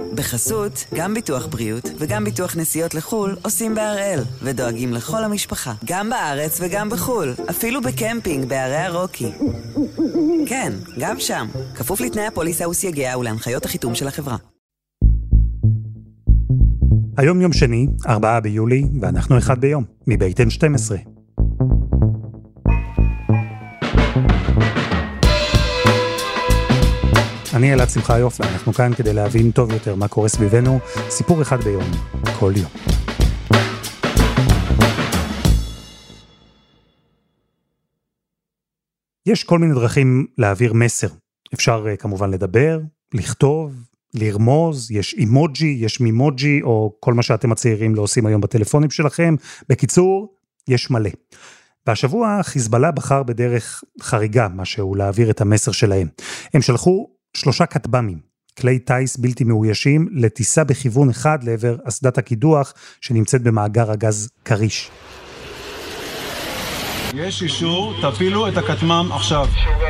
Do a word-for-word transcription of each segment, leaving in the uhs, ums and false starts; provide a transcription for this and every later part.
בחסות, גם ביטוח בריאות וגם ביטוח נסיעות לחול עושים בהראל, ודואגים לכל המשפחה, גם בארץ וגם בחול, אפילו בקמפינג בערי הרוקי. כן, גם שם, כפוף לתנאי הפוליסה וסייגיה ולהנחיות החיתום של החברה. היום יום שני, ארבעה ביולי, ואנחנו אחד ביום, מבית אן שתים עשרה. אני אלעד שמחיוף, ואנחנו כאן כדי להבין טוב יותר מה קורה סביבנו, סיפור אחד ביום, כל יום. יש כל מיני דרכים להעביר מסר. אפשר כמובן לדבר, לכתוב, לרמוז, יש אימוג'י, יש מימוג'י, או כל מה שאתם הצעירים לא עושים היום בטלפונים שלכם. בקיצור, יש מלא. והשבוע חיזבאללה בחר בדרך חריגה, משהו להעביר את המסר שלהם. הם שלחו שלושה כטב"מים, כלי טייס בלתי מאוישים, לטיסה בכיוון אחד לעבר אסדת הקידוח שנמצאת במאגר הגז קריש. יש אישור, תפעילו את הכטב"ם עכשיו.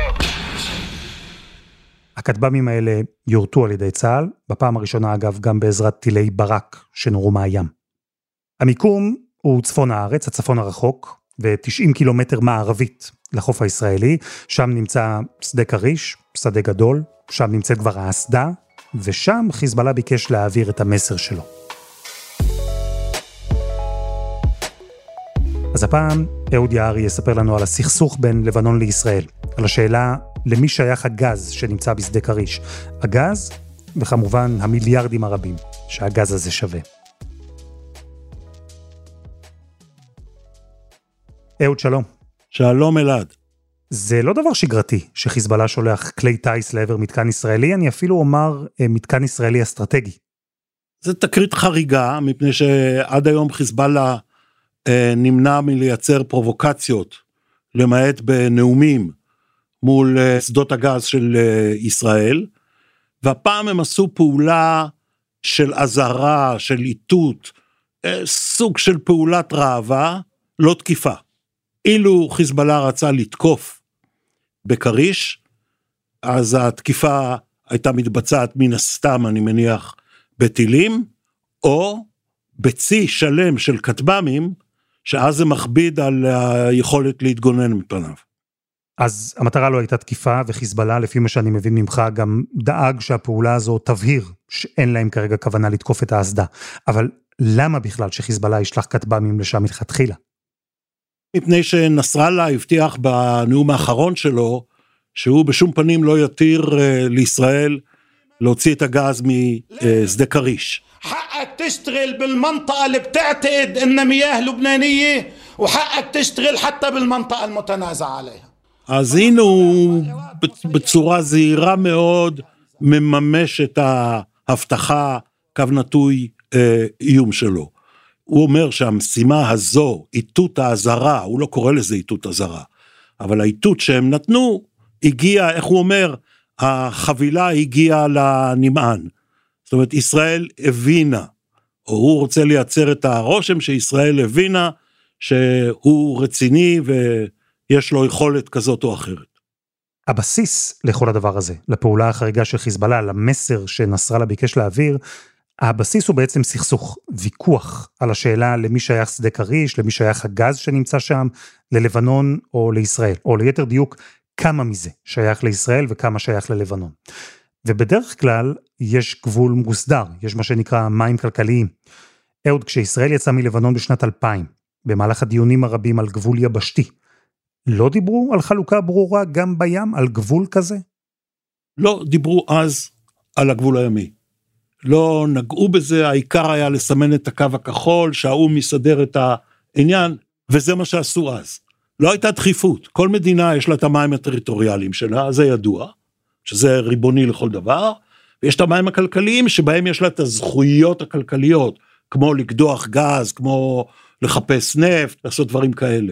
הכטב"מים האלה יורטו על ידי צה"ל, בפעם הראשונה אגב גם בעזרת טילי ברק שנורו מהים. המיקום הוא צפון הארץ, הצפון הרחוק, ו-תשעים קילומטר מערבית לחוף הישראלי, שם נמצא שדה קריש, שדה גדול, שם נמצאת כבר האסדה, ושם חיזבאללה ביקש להעביר את המסר שלו. אז הפעם אהוד יערי יספר לנו על הסכסוך בין לבנון לישראל, על השאלה למי שייך הגז שנמצא בשדה קריש. הגז, וכמובן המיליארדים הרבים שהגז הזה שווה. אהוד, שלום. שלום אלעד. זה לא דבר שגרתי שחיזבאללה שולח כלי טייס לעבר מתקן ישראלי, אני אפילו אומר מתקן ישראלי אסטרטגי. זה תקרית חריגה, מפני שעד היום חיזבאללה אה, נמנע מלייצר פרובוקציות, למעט בנאומים מול אה, שדות הגז של אה, ישראל, והפעם הם עשו פעולה של אזהרה, של איתות, אה, סוג של פעולת ראווה, לא תקיפה. אילו חיזבאללה רצה לתקוף בקריש, אז התקיפה הייתה מתבצעת מן הסתם, אני מניח, בטילים, או בצי שלם של כטב"מים, שאז זה מכביד על היכולת להתגונן מפניו. אז המטרה לא הייתה תקיפה, וחיזבאללה, לפי מה שאני מבין ממך, גם דאג שהפעולה הזו תבהיר, שאין להם כרגע כוונה לתקוף את האסדה. אבל למה בכלל שחיזבאללה ישלח כטב"מים לשם מתחילה? מפני שנסראללה הבטיח בנאום האחרון שלו, שהוא בשום פנים לא יתיר uh, לישראל להוציא את הגז משדה קריש. حقك تشتغل بالمنطقة اللي بتعتقد إنها مياه لبنانية وحقك تشتغل حتى بالمنطقة المتنازع عليها. אז הנה הוא בצורה זהירה מאוד מממש את ההבטחה קו נטוי איום שלו. הוא אומר שהמשימה הזו, איתות האזהרה, הוא לא קורא לזה איתות האזהרה, אבל האיתות שהם נתנו, הגיע, איך הוא אומר, החבילה הגיעה לנמען. זאת אומרת, ישראל הבינה, או הוא רוצה לייצר את הרושם שישראל הבינה, שהוא רציני ויש לו יכולת כזאת או אחרת. הבסיס לכל הדבר הזה, לפעולה החריגה של חיזבאללה, למסר שנסראללה ביקש להעביר, הבסיס הוא בעצם סכסוך, ויכוח על השאלה למי שייך שדה קריש, למי שייך הגז שנמצא שם, ללבנון או לישראל, או ליתר דיוק, כמה מזה שייך לישראל וכמה שייך ללבנון. ובדרך כלל יש גבול מוסדר, יש מה שנקרא מים כלכליים. אהוד, כשישראל יצא מלבנון בשנת אלפיים, במהלך הדיונים הרבים על גבול יבשתי, לא דיברו על חלוקה ברורה גם בים, על גבול כזה? לא דיברו אז על הגבול הימי. לא נגעו בזה, העיקר היה לסמן את הקו הכחול, שהאום מסדר את העניין, וזה מה שעשו אז. לא הייתה דחיפות, כל מדינה יש לה את המים הטריטוריאליים שלה, זה ידוע, שזה ריבוני לכל דבר, ויש את המים הכלכליים, שבהם יש לה את הזכויות הכלכליות, כמו לקדוח גז, כמו לחפש נפט, לעשות דברים כאלה.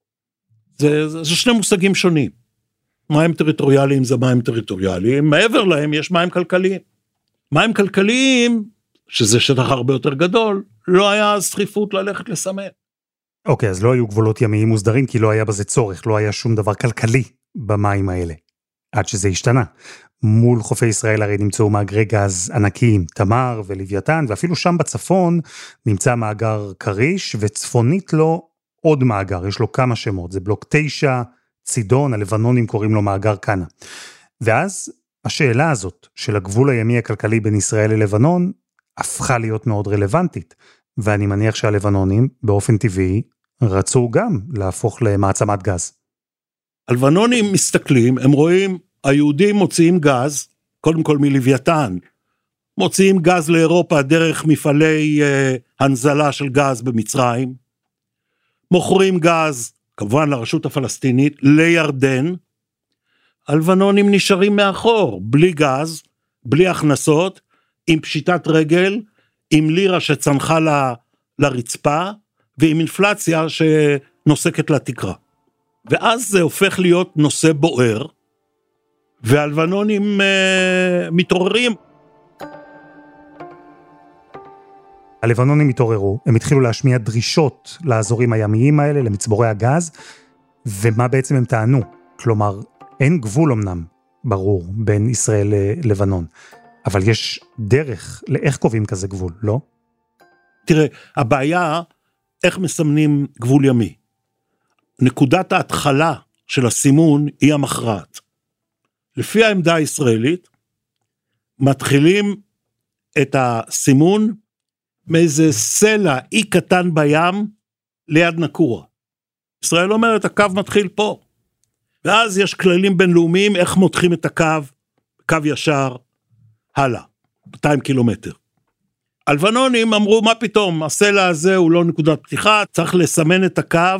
זה, זה, זה שני מושגים שונים. מים טריטוריאליים זה מים טריטוריאליים, מעבר להם יש מים כלכליים. מים כלכליים, שזה שטח הרבה יותר גדול, לא היה אז דחיפות ללכת לסמן. אוקיי, אז לא היו גבולות ימיים מוסדרים, כי לא היה בזה צורך, לא היה שום דבר כלכלי במים האלה. עד שזה השתנה. מול חופי ישראל הרי נמצאו מאגרי גז ענקיים, תמר ולוויתן, ואפילו שם בצפון נמצא מאגר קריש, וצפונית לו עוד מאגר, יש לו כמה שמות, זה בלוק תשע, צידון, הלבנונים קוראים לו מאגר קנה. ואז השאלה הזאת של הגבול הימי הכלכלי בין ישראל ללבנון, הפכה להיות מאוד רלוונטית, ואני מניח שהלבנונים באופן טבעי רצו גם להפוך למעצמת גז. הלבנונים מסתכלים, הם רואים, היהודים מוציאים גז, קודם כל מלוויתן, מוציאים גז לאירופה דרך מפעלי אה, הנזלה של גז במצרים, מוכרים גז, כמובן לרשות הפלסטינית, לירדן, הלבנונים נשארים מאחור, בלי גז, בלי הכנסות, עם פשיטת רגל, עם לירה שצנחה ל, לרצפה, ועם אינפלציה שנוסקת לתקרה. ואז זה הופך להיות נושא בוער, והלבנונים אה, מתעוררים. הלבנונים התעוררו, הם התחילו להשמיע דרישות לאזורים הימיים האלה, למצבורי הגז, ומה בעצם הם טענו? כלומר, אין גבול אמנם, ברור, בין ישראל ללבנון, אבל יש דרך לאיך קובעים כזה גבול, לא? תראה, הבעיה, איך מסמנים גבול ימי? נקודת ההתחלה של הסימון היא המכרעת. לפי העמדה הישראלית, מתחילים את הסימון מאיזה סלע, אי קטן בים, ליד נקורה. ישראל אומרת, הקו מתחיל פה. ואז יש כללים בינלאומיים, איך מותחים את הקו, קו ישר, הלאה, מאתיים קילומטר. הלבנונים אמרו, מה פתאום, הסלע הזה הוא לא נקודת פתיחה, צריך לסמן את הקו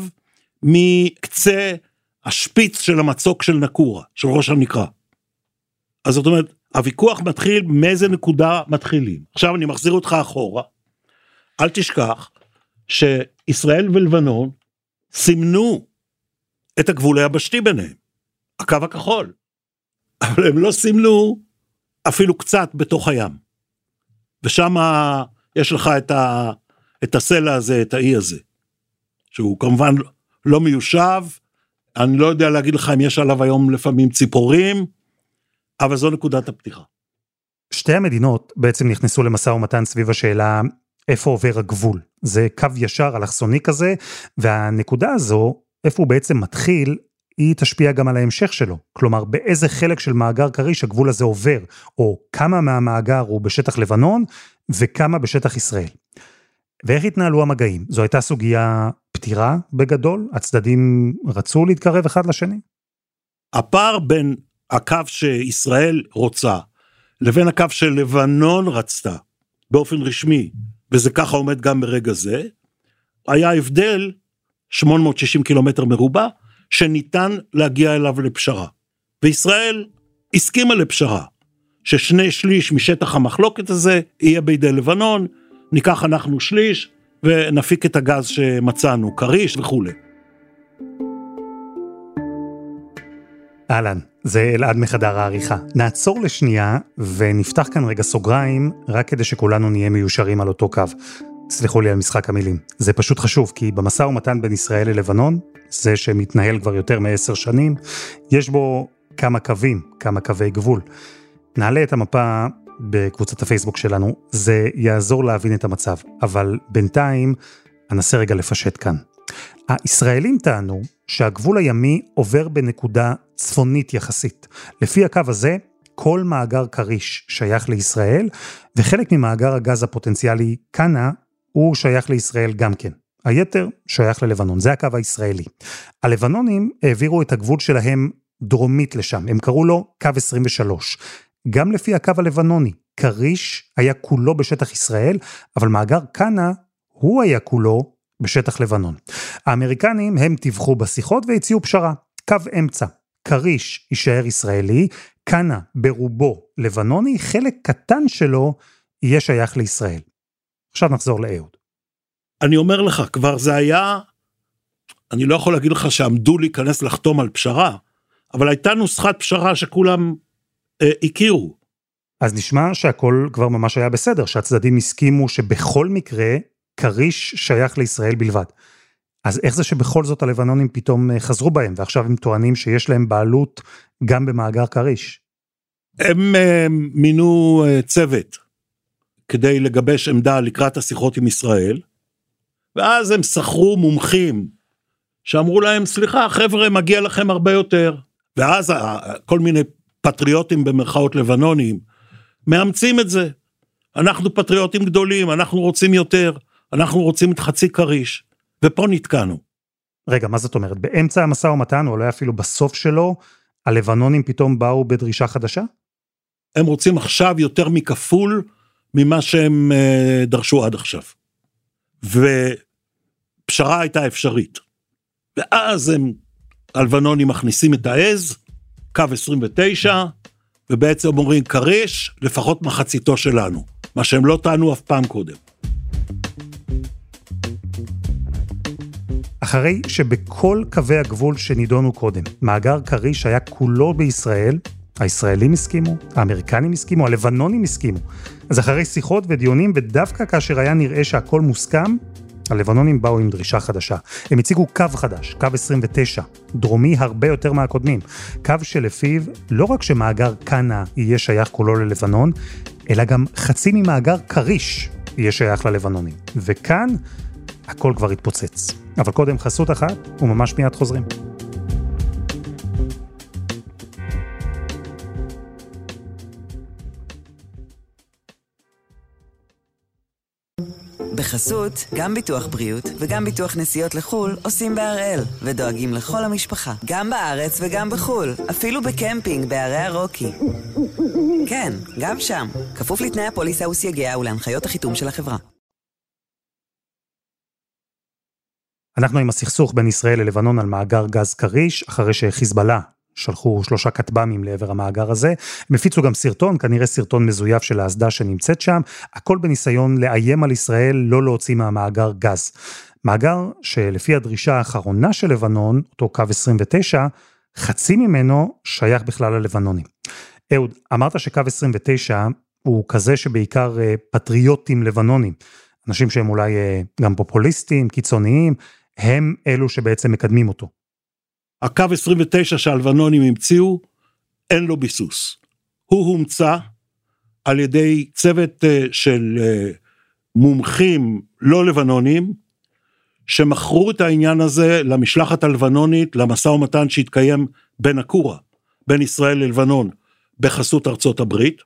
מקצה השפיץ של המצוק של נקורה, של ראש הנקרה. אז זאת אומרת, הוויכוח מתחיל מאיזה נקודה מתחילים. עכשיו אני מחזיר אותך אחורה, אל תשכח שישראל ולבנון סימנו את הגבול היבשתי ביניהם, הקו הכחול, אבל הם לא סימנו אפילו קצת בתוך הים, ושם יש לך את, ה, את הסלע הזה, את האי הזה, שהוא כמובן לא מיושב, אני לא יודע להגיד לך אם יש עליו היום לפעמים ציפורים, אבל זו נקודת הפתיחה. שתי המדינות בעצם נכנסו למשא ומתן סביב השאלה איפה עובר הגבול. זה קו ישר אלכסוני כזה, והנקודה הזו, איפה הוא בעצם מתחיל, היא תשפיע גם על ההמשך שלו. כלומר, באיזה חלק של מאגר קריש הגבול הזה עובר, או כמה מהמאגר הוא בשטח לבנון, וכמה בשטח ישראל. ואיך התנהלו המגעים? זו הייתה סוגיה פתירה בגדול? הצדדים רצו להתקרב אחד לשני? הפער בין הקו שישראל רוצה, לבין הקו שלבנון רצתה, באופן רשמי, וזה ככה עומד גם ברגע זה, היה הבדל שמונה מאות ושישים קילומטר מרובע, שניתן להגיע אליו לפשרה. וישראל הסכימה לפשרה, ששני שליש משטח המחלוקת הזה, יהיה בידי לבנון, ניקח אנחנו שליש, ונפיק את הגז שמצאנו, קריש וכו'. אהלן, זה אלעד מחדר העריכה. נעצור לשנייה, ונפתח כאן רגע סוגריים, רק כדי שכולנו נהיה מיושרים על אותו קו. סליחו לי על משחק המילים. זה פשוט חשוב, כי במשא ומתן בין ישראל ללבנון, זה שמתנהל כבר יותר מעשר שנים, יש בו כמה קווים, כמה קווי גבול. נעלה את המפה בקבוצת הפייסבוק שלנו, זה יעזור להבין את המצב, אבל בינתיים אנסה רגע לפשט כאן. הישראלים טענו שהגבול הימי עובר בנקודה צפונית יחסית. לפי הקו הזה, כל מאגר קריש שייך לישראל, וחלק ממאגר הגז הפוטנציאלי קנה, הוא שייך לישראל גם כן. היתר שייך ללבנון, זה הקו הישראלי. הלבנונים העבירו את הגבול שלהם דרומית לשם, הם קראו לו קו עשרים ושלוש. גם לפי הקו הלבנוני, קריש היה כולו בשטח ישראל, אבל מאגר קנה, הוא היה כולו בשטח לבנון. האמריקנים הם תווכו בשיחות והציעו פשרה, קו אמצע, קריש יישאר ישראלי, קנה ברובו לבנוני, חלק קטן שלו יהיה שייך לישראל. עכשיו נחזור לאהוד. אני אומר לך, כבר זה היה, אני לא יכול להגיד לך שעמדו להיכנס לחתום על פשרה, אבל הייתה נוסחת פשרה שכולם אה, הכירו. אז נשמע שהכל כבר ממש היה בסדר, שהצדדים הסכימו שבכל מקרה קריש שייך לישראל בלבד. אז איך זה שבכל זאת הלבנונים פתאום חזרו בהם, ועכשיו הם טוענים שיש להם בעלות גם במאגר קריש? הם מינו צוות כדי לגבש עמדה לקראת השיחות עם ישראל, ואז הם שכרו מומחים שאמרו להם, סליחה, חבר'ה, מגיע לכם הרבה יותר. ואז כל מיני פטריוטים במרכאות לבנונים מאמצים את זה. אנחנו פטריוטים גדולים, אנחנו רוצים יותר, אנחנו רוצים את חצי קריש, ופה נתקענו. רגע, מה זאת אומרת? באמצע המשא ומתן, או אולי אפילו בסוף שלו, הלבנונים פתאום באו בדרישה חדשה? הם רוצים עכשיו יותר מכפול ממה שהם uh, דרשו עד עכשיו. ופשרה הייתה אפשרית. ואז הם, הלבנונים מכניסים את העז, קו עשרים ותשע, ובעצם אומרים קריש, לפחות מחציתו שלנו, מה שהם לא טענו אף פעם קודם. אחרי שבכל קווי הגבול שנידונו קודם, מאגר קריש היה כולו בישראל, הישראלים הסכימו, האמריקנים הסכימו, הלבנונים הסכימו. אז אחרי שיחות ודיונים, ודווקא כאשר היה נראה שהכל מוסכם, הלבנונים באו עם דרישה חדשה. הם הציגו קו חדש, קו עשרים ותשע, דרומי הרבה יותר מהקודמים. קו שלפיו לא רק שמאגר קנה יהיה שייך כולו ללבנון, אלא גם חצי ממאגר קריש יהיה שייך ללבנונים. וכאן הכל כבר התפוצץ. אבל קודם חסות אחת, וממש מיד חוזרים. בחסות, גם ביטוח בריאות וגם ביטוח נסיעות לחול עושים בהראל, ודואגים לכל המשפחה, גם בארץ וגם בחול, אפילו בקמפינג בערי הרוקי. כן, גם שם, כפוף לתנאי הפוליסה וסייגיה ולהנחיות החיתום של החברה. אנחנו עם הסכסוך בין ישראל ללבנון על מאגר גז קריש, אחרי שחיזבאללה שלחו שלושה כטב"מים לעבר המאגר הזה. הם הפיצו גם סרטון, כנראה סרטון מזויף של האסדה שנמצאת שם, הכל בניסיון לאיים על ישראל לא להוציא מהמאגר גז. מאגר שלפי הדרישה האחרונה של לבנון, אותו קו עשרים ותשע, חצי ממנו שייך בכלל ללבנונים. אהוד, אמרת שקו עשרים ותשע הוא כזה שבעיקר פטריוטים לבנונים, אנשים שהם אולי גם פופוליסטים, קיצוניים, הם אלו שבעצם מקדמים אותו. הקו עשרים ותשע שהלבנונים המציאו, אין לו ביסוס. הוא הומצא על ידי צוות של מומחים לא לבנונים, שמכרו את העניין הזה למשלחת הלבנונית, למשא ומתן שהתקיים בין הקורה, בין ישראל ללבנון, בחסות ארצות הברית,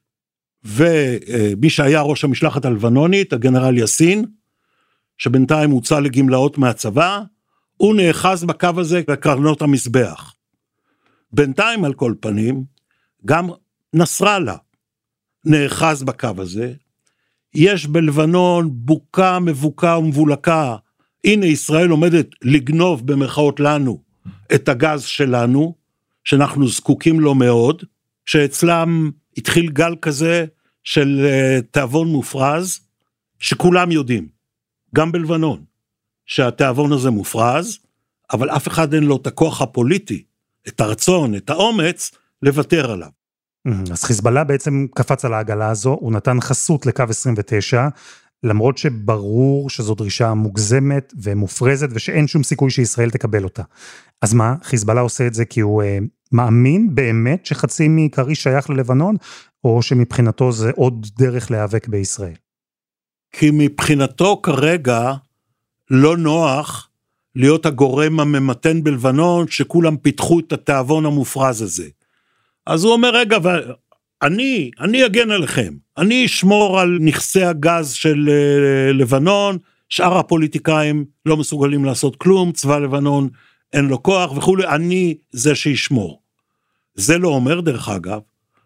ומי שהיה ראש המשלחת הלבנונית, הגנרל יאסין, שבינתיים הוצא לגמלאות מהצבא, הוא נאחז בקו הזה בקרנות המזבח. בינתיים על כל פנים, גם נסראללה נאחז בקו הזה, יש בלבנון בוקה, מבוקה ומבולקה, הנה ישראל עומדת לגנוב במרכאות לנו את הגז שלנו, שאנחנו זקוקים לו מאוד, שאצלם התחיל גל כזה של תאבון מופרז, שכולם יודעים, גם בלבנון, שהתאבון הזה מופרז, אבל אף אחד אין לו את הכוח הפוליטי, את הרצון, את האומץ, לוותר עליו. אז חיזבאללה בעצם קפץ על העגלה הזו, הוא נתן חסות לקו עשרים ותשע, למרות שברור שזו דרישה מוגזמת ומופרזת, ושאין שום סיכוי שישראל תקבל אותה. אז מה, חיזבאללה עושה את זה כי הוא אה, מאמין באמת שחצי מקריש שייך ללבנון, או שמבחינתו זה עוד דרך להיאבק בישראל? כי מבחינתו כרגע לא נוח להיות הגורם הממתן בלבנון, שכולם פיתחו את התאבון המופרז הזה. אז הוא אומר, רגע, אני, אני אגן עליכם, אני אשמור על נכסי הגז של uh, לבנון, שאר הפוליטיקאים לא מסוגלים לעשות כלום, צבא לבנון אין לו כוח וכו', אני זה שישמור. זה לא אומר דרך אגב,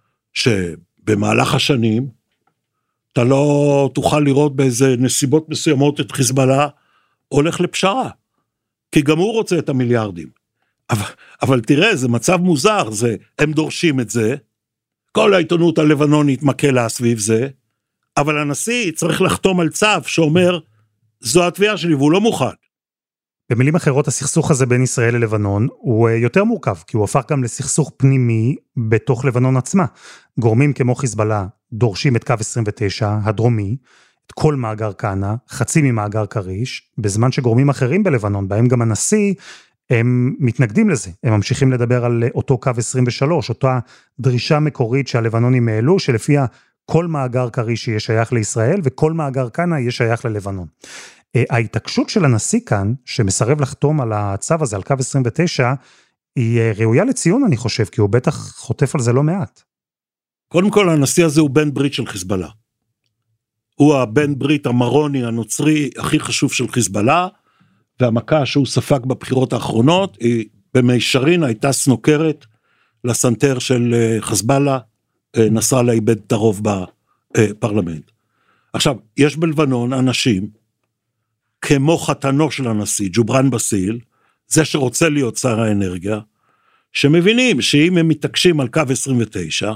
שבמהלך השנים, אתה לא תוכל לראות באיזה נסיבות מסוימות את חיזבאללה, הולך לפשרה, כי גם הוא רוצה את המיליארדים. אבל, אבל תראה, זה מצב מוזר, זה, הם דורשים את זה, כל העיתונות הלבנונית מקלה סביב זה, אבל הנשיא צריך לחתום על צו שאומר, זו התביעה שלי, והוא לא מוכן. במילים אחרות, הסכסוך הזה בין ישראל ללבנון הוא יותר מורכב, כי הוא הפך גם לסכסוך פנימי בתוך לבנון עצמה. גורמים כמו חיזבאללה דורשים את קו עשרים ותשע הדרומי, את כל מאגר קאנה, חצי ממאגר קריש, בזמן שגורמים אחרים בלבנון, בהם גם הנשיא, הם מתנגדים לזה, הם ממשיכים לדבר על אותו קו עשרים ושלוש, אותה דרישה מקורית שהלבנונים העלו, שלפיה כל מאגר קריש יהיה שייך לישראל, וכל מאגר קאנה יהיה שייך ללבנון. ההתעקשות של הנשיא כאן, שמסרב לחתום על הצו הזה, על קו עשרים ותשע, היא ראויה לציון, אני חושב, כי הוא בטח חוטף על זה לא מעט. קודם כל, הנשיא הזה הוא בן ברית של חיזבאללה. הוא הבן ברית המרוני, הנוצרי, הכי חשוב של חיזבאללה, והמכה שהוא ספק בבחירות האחרונות, היא במישרין הייתה סנוקרת לסנטר של חיזבאללה, נסראללה איבד את הרוב בפרלמנט. עכשיו, יש בלבנון אנשים, כמו חתנו של הנשיא, ג'וברן בסיל, זה שרוצה להיות שר האנרגיה, שמבינים שאם הם מתעקשים על קו עשרים ותשע,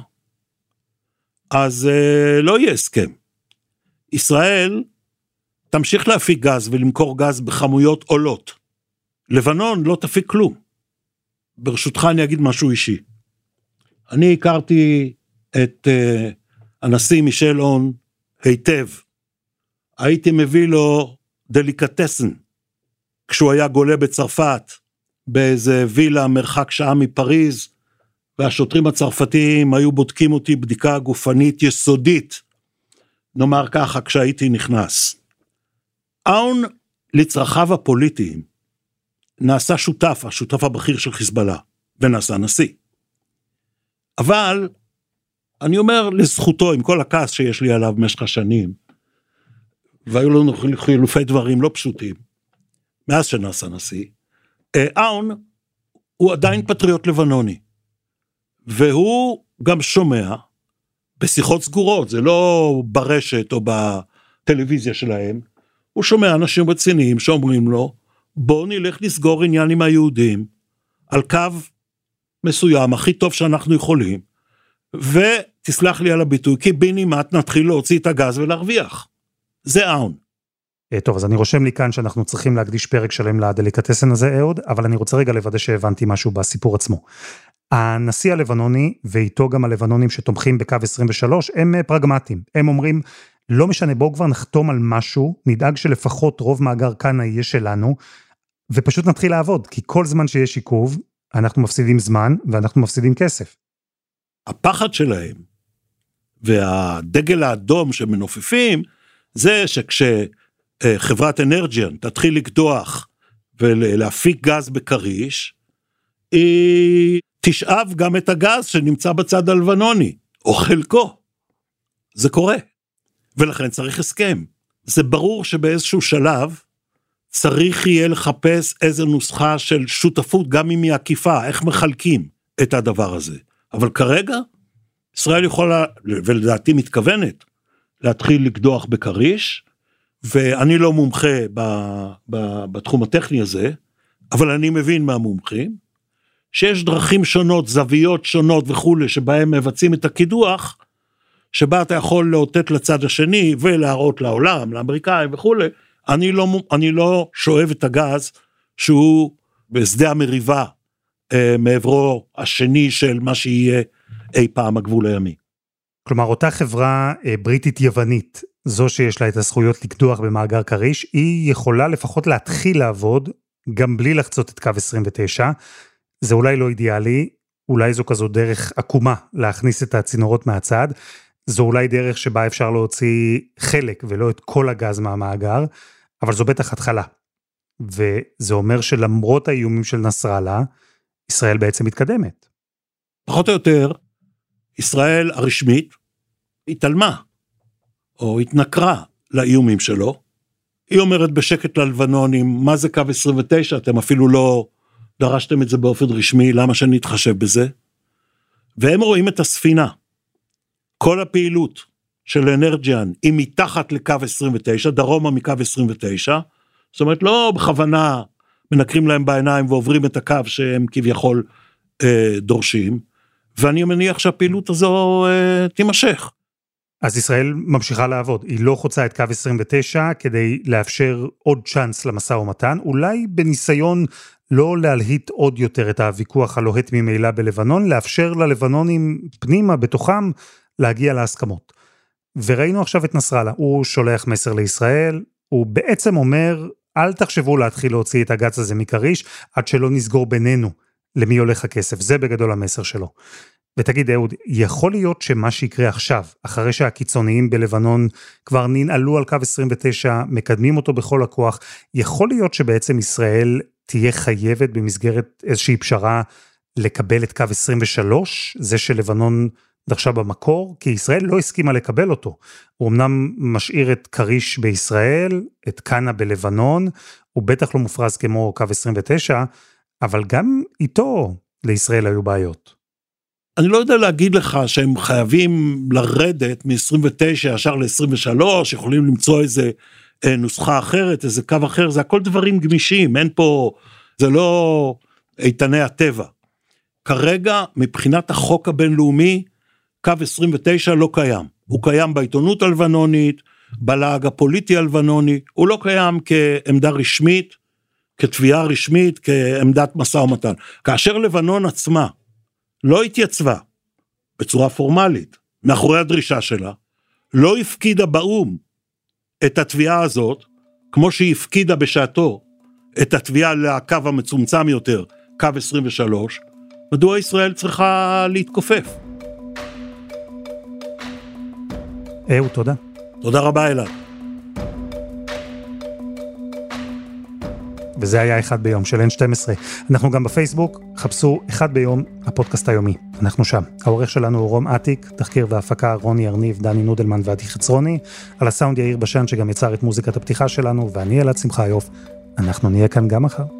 אז אה, לא יהיה הסכם. ישראל תמשיך להפיק גז ולמכור גז בכמויות עולות. לבנון לא תפיק כלום. ברשותך אני אגיד משהו אישי. אני הכרתי את אה, הנשיא מישל און היטב. הייתי מביא לו דליקטסן, כשהוא היה גולה בצרפת, באיזה וילה מרחק שעה מפריז, והשוטרים הצרפתיים היו בודקים אותי בדיקה גופנית יסודית, נאמר ככה כשהייתי נכנס. און לצרכיו הפוליטיים, נעשה שותף, השותף הבכיר של חיזבאללה, ונעשה נשיא. אבל, אני אומר לזכותו, עם כל הכעס שיש לי עליו במשך השנים, והיו לנו חילופי דברים לא פשוטים, מאז שנעשה נשיא, און הוא עדיין פטריוט לבנוני, והוא גם שומע בשיחות סגורות, זה לא ברשת או בטלוויזיה שלהם, הוא שומע אנשים רציניים שאומרים לו, בוא נלך לסגור עניין עם היהודים, על קו מסוים, הכי טוב שאנחנו יכולים, ותסלח לי על הביטוי, כי בינימט נתחיל להוציא את הגז ולהרוויח. זה און. טוב, אז אני רושם לי כאן שאנחנו צריכים להקדיש פרק שלם לדליקטסן הזה, אהוד, אבל אני רוצה רגע לוודא שהבנתי משהו בסיפור עצמו. הנשיא הלבנוני, ואיתו גם הלבנונים שתומכים בקו עשרים ושלוש, הם פרגמטיים. הם אומרים, לא משנה, בואו כבר נחתום על משהו, נדאג שלפחות רוב מאגר קאנה יהיה שלנו, ופשוט נתחיל לעבוד, כי כל זמן שיש עיכוב, אנחנו מפסידים זמן, ואנחנו מפסידים כסף. הפחד שלהם, והדגל האדום שמנופפים, זה שכשחברת אנרג'יאן תתחיל לקדוח ולהפיק גז בקריש, היא תשאב גם את הגז שנמצא בצד הלבנוני, או חלקו. זה קורה. ולכן צריך הסכם. זה ברור שבאיזשהו שלב, צריך יהיה לחפש איזו נוסחה של שותפות, גם אם היא עקיפה, איך מחלקים את הדבר הזה. אבל כרגע, ישראל יכולה, ולדעתי מתכוונת, להתחיל לקדוח בקריש, ואני לא מומחה ב, ב, בתחום הטכני הזה, אבל אני מבין מהמומחים, שיש דרכים שונות, זוויות שונות וכו', שבהם מבצעים את הקידוח, שבה אתה יכול לאותת לצד השני, ולהראות לעולם, לאמריקאים וכו', אני לא, אני לא שואב את הגז, שהוא בשדה המריבה, אה, מעברו השני של מה שיהיה אי פעם הגבול הימי. כלומר, אותה חברה אה, בריטית יוונית, זו שיש לה את הזכויות לקדוח במאגר קריש, היא יכולה לפחות להתחיל לעבוד, גם בלי לחצות את קו עשרים ותשע, זה אולי לא אידיאלי, אולי זו כזו דרך עקומה להכניס את הצינורות מהצד, זו אולי דרך שבה אפשר להוציא חלק ולא את כל הגז מהמאגר, אבל זו בטח התחלה. וזה אומר שלמרות האיומים של נסראללה, ישראל בעצם מתקדמת. פחות או יותר, ישראל הרשמית התעלמה, או התנקרה לאיומים שלו. היא אומרת בשקט ללבנונים, מה זה קו עשרים ותשע? אתם אפילו לא דרשתם את זה באופן רשמי, למה שאני אתחשב בזה? והם רואים את הספינה. כל הפעילות של אנרג'יאן היא מתחת לקו עשרים ותשע, דרומה מקו עשרים ותשע, זאת אומרת לא בכוונה מנקרים להם בעיניים ועוברים את הקו שהם כביכול אה, דורשים, ואני מניח שהפעילות הזו אה, תימשך. אז ישראל ממשיכה לעבוד, היא לא חוצה את קו עשרים ותשע כדי לאפשר עוד צ'אנס למשא ומתן, אולי בניסיון לא להלהיט עוד יותר את הוויכוח הלוהט ממילא בלבנון, לאפשר ללבנונים פנימה בתוכם להגיע להסכמות. וראינו עכשיו את נסראללה, הוא שולח מסר לישראל, הוא בעצם אומר, אל תחשבו להתחיל להוציא את הגץ הזה מקריש, עד שלא נסגור בינינו למי הולך הכסף, זה בגדול המסר שלו. ותגיד אהוד, יכול להיות שמה שיקרה עכשיו, אחרי שהקיצוניים בלבנון כבר ננעלו על קו עשרים ותשע, מקדמים אותו בכל הכוח, יכול להיות שבעצם ישראל תהיה חייבת במסגרת איזושהי פשרה לקבל את קו עשרים ושלוש, זה שלבנון דרשה במקור, כי ישראל לא הסכימה לקבל אותו. הוא אמנם משאיר את קריש בישראל, את קנה בלבנון, הוא בטח לא מופרז כמו קו עשרים ותשע, אבל גם איתו לישראל היו בעיות. אני לא יודע להגיד לך שהם חייבים לרדת מ-עשרים ותשע ישר ל-עשרים ושלוש, יכולים למצוא איזה נוסחה אחרת, איזה קו אחר, זה הכל דברים גמישים, אין פה, זה לא איתני הטבע. כרגע, מבחינת החוק הבינלאומי, קו עשרים ותשע לא קיים. הוא קיים בעיתונות הלבנונית, בלעג הפוליטי הלבנוני, הוא לא קיים כעמדה רשמית, כתביעה רשמית, כעמדת משא ומתן. כאשר לבנון עצמה לא התייצבה בצורה פורמלית, מאחורי הדרישה שלה, לא הפקידה באום את התביעה הזאת, כמו שהיא הפקידה בשעתו, את התביעה לקו המצומצם יותר, קו עשרים ושלוש, מדוע ישראל צריכה להתכופף? אהוד, תודה. תודה רבה אלעד. וזה היה אחד ביום של אן שתים עשרה. אנחנו גם בפייסבוק, חפשו אחד ביום, הפודקאסט היומי. אנחנו שם. העורך שלנו הוא רום עתיק, תחקיר והפקה רוני ירניב, דני נודלמן ועדי חצרוני, על הסאונד יאיר בשן שגם יצר את מוזיקת הפתיחה שלנו, ואני אלעד שמחיוף. אנחנו נהיה כאן גם מחר.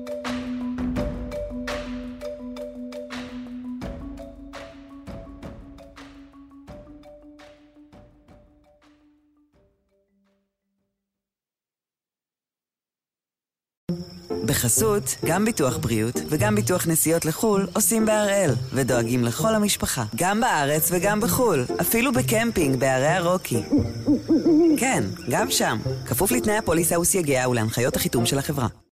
בחסות, גם ביטוח בריאות וגם ביטוח נסיעות לחול עושים בהראל ודואגים לכל המשפחה, גם בארץ וגם בחול, אפילו בקמפינג בערי הרוקי. כן, גם שם, כפוף לתנאי הפוליסה וסייגיה ולהנחיות החיתום של החברה.